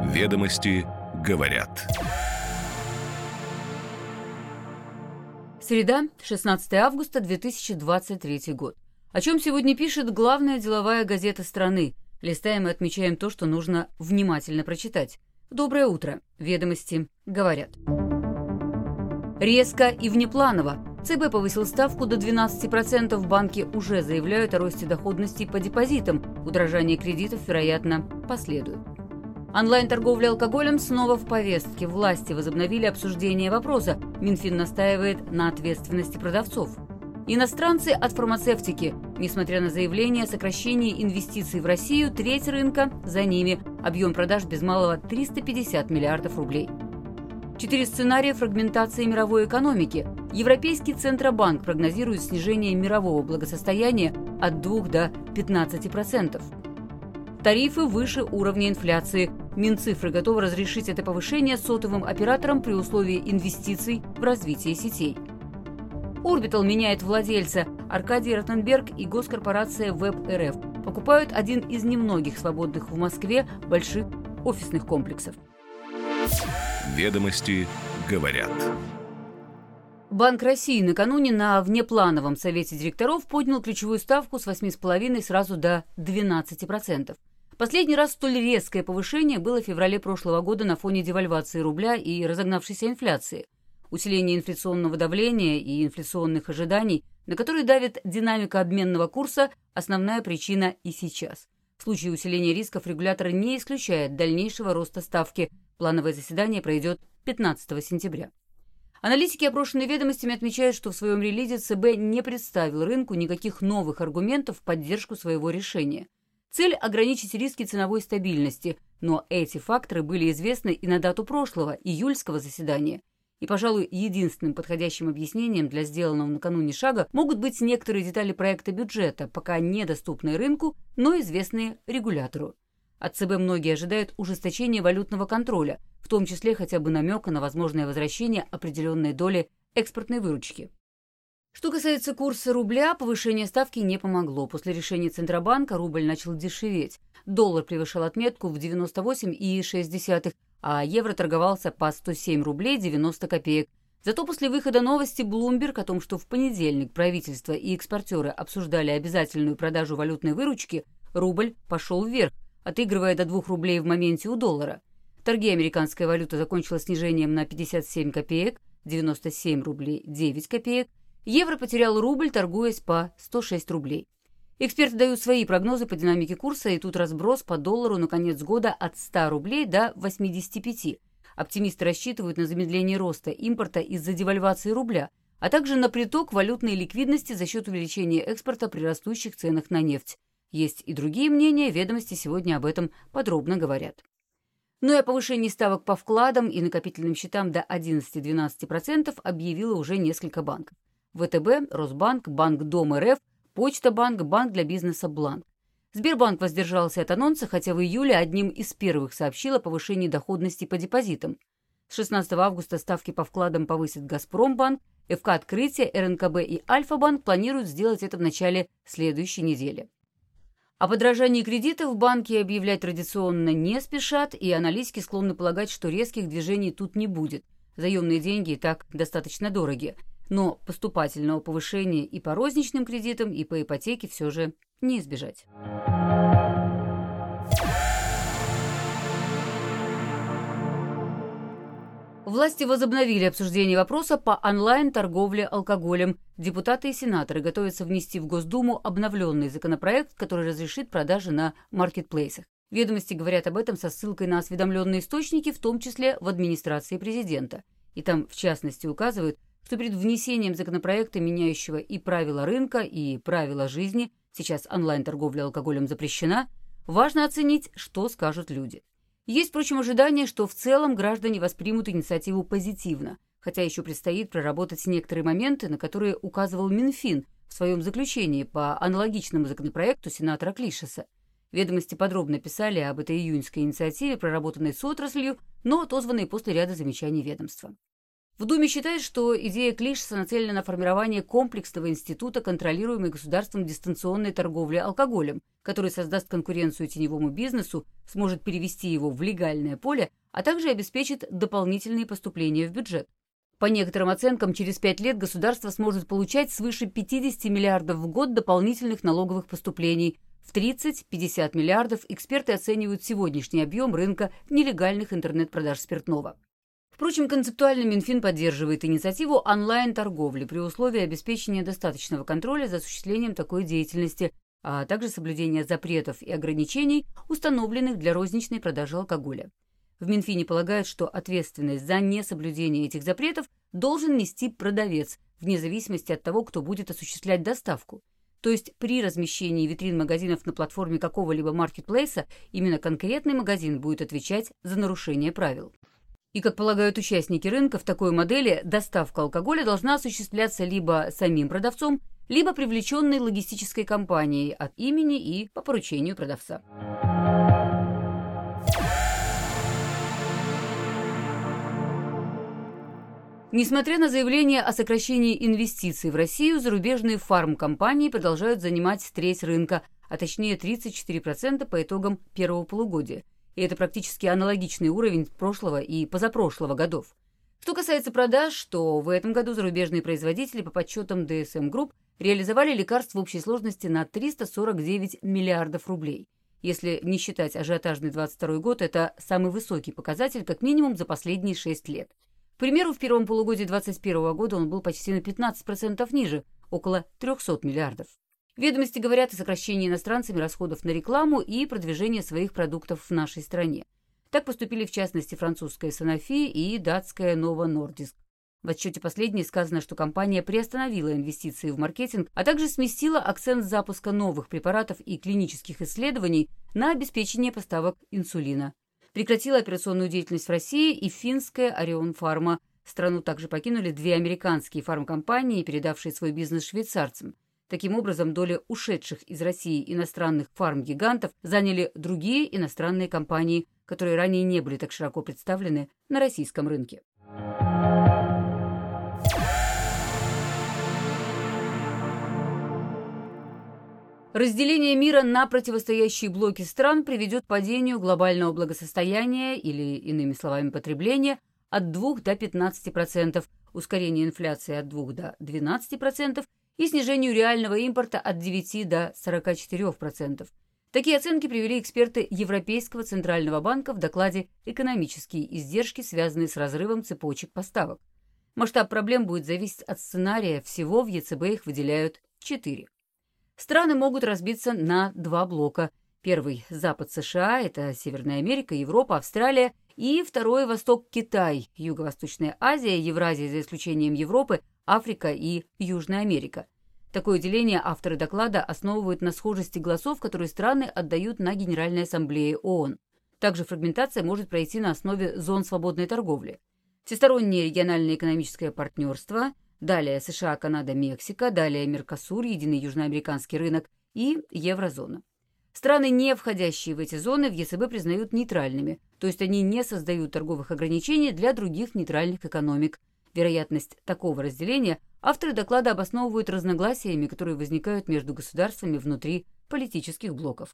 Ведомости говорят. Среда, 16 августа 2023 год. О чем сегодня пишет главная деловая газета страны. Листаем и отмечаем то, что нужно внимательно прочитать. Доброе утро. Ведомости говорят. Резко и внепланово. ЦБ повысил ставку до 12%. Банки уже заявляют о росте доходности по депозитам. Удорожание кредитов, вероятно, последует. Онлайн-торговля алкоголем снова в повестке. Власти возобновили обсуждение вопроса. Минфин настаивает на ответственности продавцов. Иностранцы от фармацевтики. Несмотря на заявление о сокращении инвестиций в Россию, треть рынка за ними. Объем продаж без малого 350 миллиардов рублей. 4 сценария фрагментации мировой экономики. Европейский Центробанк прогнозирует снижение мирового благосостояния от 2 до 15%. Тарифы выше уровня инфляции. Минцифры готовы разрешить это повышение сотовым операторам при условии инвестиций в развитие сетей. Orbital меняет владельца. Аркадий Ротенберг и госкорпорация ВЭБ-РФ покупают один из немногих свободных в Москве больших офисных комплексов. Ведомости говорят. Банк России накануне на внеплановом совете директоров поднял ключевую ставку с 8,5% сразу до 12%. Последний раз столь резкое повышение было в феврале прошлого года на фоне девальвации рубля и разогнавшейся инфляции. Усиление инфляционного давления и инфляционных ожиданий, на которые давит динамика обменного курса, основная причина и сейчас. В случае усиления рисков регулятор не исключает дальнейшего роста ставки. Плановое заседание пройдет 15 сентября. Аналитики, опрошенные ведомостями, отмечают, что в своем релизе ЦБ не представил рынку никаких новых аргументов в поддержку своего решения. Цель – ограничить риски ценовой стабильности, но эти факторы были известны и на дату прошлого, июльского заседания. И, пожалуй, единственным подходящим объяснением для сделанного накануне шага могут быть некоторые детали проекта бюджета, пока недоступные рынку, но известные регулятору. От ЦБ многие ожидают ужесточения валютного контроля, в том числе хотя бы намека на возможное возвращение определенной доли экспортной выручки. Что касается курса рубля, повышение ставки не помогло. После решения Центробанка рубль начал дешеветь. Доллар превышал отметку в 98,6, а евро торговался по 107 рублей 90 копеек. Зато после выхода новости Bloomberg о том, что в понедельник правительство и экспортеры обсуждали обязательную продажу валютной выручки, рубль пошел вверх, отыгрывая до 2 рублей в моменте у доллара. Торги американская валюта закончила снижением на 57 копеек, 97 рублей 9 копеек. Евро потерял рубль, торгуясь по 106 рублей. Эксперты дают свои прогнозы по динамике курса, и тут разброс по доллару на конец года от 100 рублей до 85. Оптимисты рассчитывают на замедление роста импорта из-за девальвации рубля, а также на приток валютной ликвидности за счет увеличения экспорта при растущих ценах на нефть. Есть и другие мнения, ведомости сегодня об этом подробно говорят. Ну и о повышении ставок по вкладам и накопительным счетам до 11-12% объявило уже несколько банков. ВТБ, Росбанк, Банк Дом РФ, Почта Банк, Банк для бизнеса Бланк. Сбербанк воздержался от анонса, хотя в июле одним из первых сообщил о повышении доходности по депозитам. С 16 августа ставки по вкладам повысит Газпромбанк, ФК Открытие, РНКБ и Альфа-банк планируют сделать это в начале следующей недели. О подорожании кредитов банки объявлять традиционно не спешат, и аналитики склонны полагать, что резких движений тут не будет. Заемные деньги и так достаточно дороги. Но поступательного повышения и по розничным кредитам, и по ипотеке все же не избежать. Власти возобновили обсуждение вопроса по онлайн-торговле алкоголем. Депутаты и сенаторы готовятся внести в Госдуму обновленный законопроект, который разрешит продажи на маркетплейсах. Ведомости говорят об этом со ссылкой на осведомленные источники, в том числе в администрации президента. И там, в частности, указывают, что перед внесением законопроекта, меняющего и правила рынка, и правила жизни, сейчас онлайн-торговля алкоголем запрещена, важно оценить, что скажут люди. Есть, впрочем, ожидание, что в целом граждане воспримут инициативу позитивно, хотя еще предстоит проработать некоторые моменты, на которые указывал Минфин в своем заключении по аналогичному законопроекту сенатора Клишеса. Ведомости подробно писали об этой июньской инициативе, проработанной с отраслью, но отозванной после ряда замечаний ведомства. В Думе считают, что идея Клишеса нацелена на формирование комплексного института, контролируемой государством дистанционной торговли алкоголем, который создаст конкуренцию теневому бизнесу, сможет перевести его в легальное поле, а также обеспечит дополнительные поступления в бюджет. По некоторым оценкам, через 5 лет государство сможет получать свыше 50 миллиардов в год дополнительных налоговых поступлений. В 30-50 миллиардов эксперты оценивают сегодняшний объем рынка нелегальных интернет-продаж спиртного. Впрочем, концептуально Минфин поддерживает инициативу онлайн-торговли при условии обеспечения достаточного контроля за осуществлением такой деятельности, а также соблюдения запретов и ограничений, установленных для розничной продажи алкоголя. В Минфине полагают, что ответственность за несоблюдение этих запретов должен нести продавец, вне зависимости от того, кто будет осуществлять доставку. То есть при размещении витрин магазинов на платформе какого-либо маркетплейса именно конкретный магазин будет отвечать за нарушение правил. И, как полагают участники рынка, в такой модели доставка алкоголя должна осуществляться либо самим продавцом, либо привлеченной логистической компанией от имени и по поручению продавца. Несмотря на заявление о сокращении инвестиций в Россию, зарубежные фармкомпании продолжают занимать треть рынка, а точнее 34% по итогам первого полугодия. И это практически аналогичный уровень прошлого и позапрошлого годов. Что касается продаж, то в этом году зарубежные производители по подсчетам DSM Group реализовали лекарств в общей сложности на 349 миллиардов рублей. Если не считать ажиотажный 2022 год, это самый высокий показатель как минимум за последние 6 лет. К примеру, в первом полугодии 2021 года он был почти на 15% ниже, около 300 миллиардов. Ведомости говорят о сокращении иностранцами расходов на рекламу и продвижение своих продуктов в нашей стране. Так поступили в частности французская Sanofi и датская Novo Nordisk. В отчете последней сказано, что компания приостановила инвестиции в маркетинг, а также сместила акцент запуска новых препаратов и клинических исследований на обеспечение поставок инсулина. Прекратила операционную деятельность в России и финская Orion Pharma. Страну также покинули 2 американские фармкомпании, передавшие свой бизнес швейцарцам. Таким образом, доля ушедших из России иностранных фармгигантов заняли другие иностранные компании, которые ранее не были так широко представлены на российском рынке. Разделение мира на противостоящие блоки стран приведет к падению глобального благосостояния или, иными словами, потребления от 2 до 15%, ускорению инфляции от 2 до 12% и снижению реального импорта от 9 до 44%. Такие оценки привели эксперты Европейского центрального банка в докладе «Экономические издержки, связанные с разрывом цепочек поставок». Масштаб проблем будет зависеть от сценария, всего в ЕЦБ их выделяют 4. Страны могут разбиться на 2 блока. Первый – Запад США, это Северная Америка, Европа, Австралия, и второй – Восток Китай, Юго-Восточная Азия, Евразия за исключением Европы, Африка и Южная Америка. Такое деление авторы доклада основывают на схожести голосов, которые страны отдают на Генеральной Ассамблее ООН. Также фрагментация может пройти на основе зон свободной торговли. Всестороннее региональное экономическое партнерство, далее США, Канада, Мексика, далее Меркосур, единый южноамериканский рынок и еврозона. Страны, не входящие в эти зоны, в ЕЦБ признают нейтральными, то есть они не создают торговых ограничений для других нейтральных экономик. Вероятность такого разделения авторы доклада обосновывают разногласиями, которые возникают между государствами внутри политических блоков.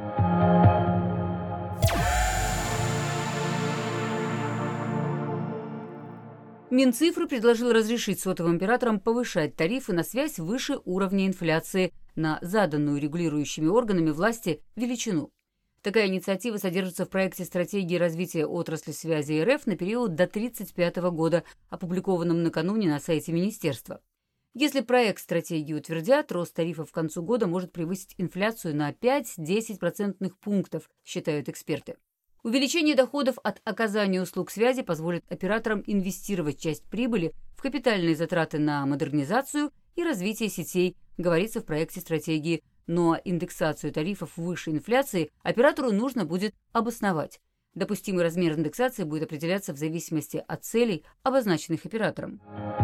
Минцифры предложил разрешить сотовым операторам повышать тарифы на связь выше уровня инфляции на заданную регулирующими органами власти величину. Такая инициатива содержится в проекте стратегии развития отрасли связи РФ на период до 1935 года, опубликованном накануне на сайте министерства. Если проект стратегии утвердят, рост тарифов к концу года может превысить инфляцию на 5-10% пунктов, считают эксперты. Увеличение доходов от оказания услуг связи позволит операторам инвестировать часть прибыли в капитальные затраты на модернизацию и развитие сетей, говорится в проекте стратегии, но индексацию тарифов выше инфляции оператору нужно будет обосновать. Допустимый размер индексации будет определяться в зависимости от целей, обозначенных оператором.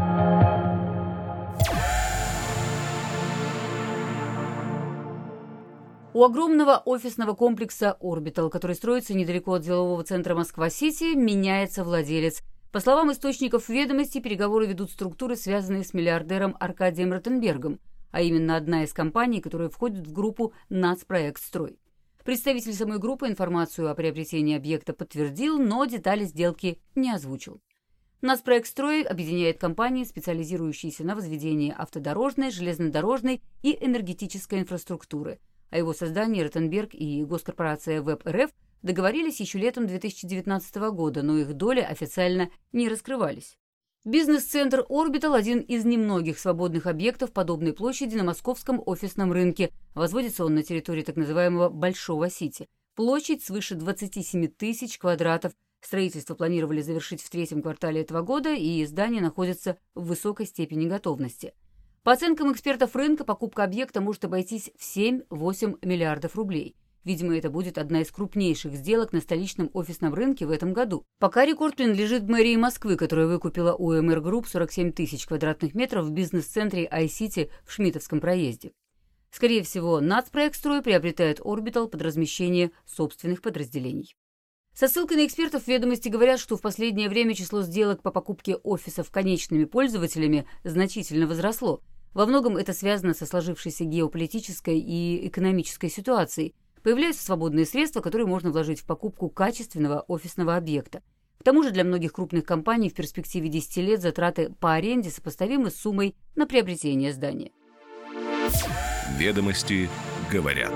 У огромного офисного комплекса Orbital, который строится недалеко от делового центра Москва-Сити, меняется владелец. По словам источников «Ведомости», переговоры ведут структуры, связанные с миллиардером Аркадием Ротенбергом, а именно одна из компаний, которая входит в группу «Нацпроектстрой». Представитель самой группы информацию о приобретении объекта подтвердил, но детали сделки не озвучил. «Нацпроектстрой» объединяет компании, специализирующиеся на возведении автодорожной, железнодорожной и энергетической инфраструктуры. О его создании Ротенберг и госкорпорация ВЭБ-РФ договорились еще летом 2019 года, но их доли официально не раскрывались. Бизнес-центр «Орбитал» – один из немногих свободных объектов подобной площади на московском офисном рынке. Возводится он на территории так называемого «Большого Сити». Площадь свыше 27 тысяч квадратов. Строительство планировали завершить в третьем квартале этого года, и здание находится в высокой степени готовности. По оценкам экспертов рынка, покупка объекта может обойтись в 7-8 миллиардов рублей. Видимо, это будет одна из крупнейших сделок на столичном офисном рынке в этом году. Пока рекорд принадлежит мэрии Москвы, которая выкупила у МР Групп 47 тысяч квадратных метров в бизнес-центре iCity в Шмидтовском проезде. Скорее всего, «Нацпроектстрой» приобретает «Орбитал» под размещение собственных подразделений. Со ссылкой на экспертов «Ведомости» говорят, что в последнее время число сделок по покупке офисов конечными пользователями значительно возросло. Во многом это связано со сложившейся геополитической и экономической ситуацией. Появляются свободные средства, которые можно вложить в покупку качественного офисного объекта. К тому же для многих крупных компаний в перспективе 10 лет затраты по аренде сопоставимы с суммой на приобретение здания. Ведомости говорят.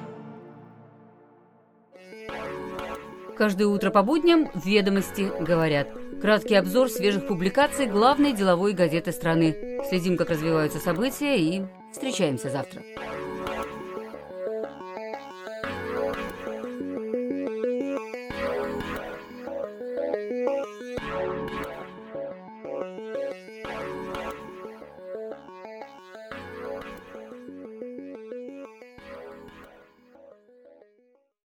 Каждое утро по будням «Ведомости говорят». Краткий обзор свежих публикаций главной деловой газеты страны. Следим, как развиваются события, и встречаемся завтра.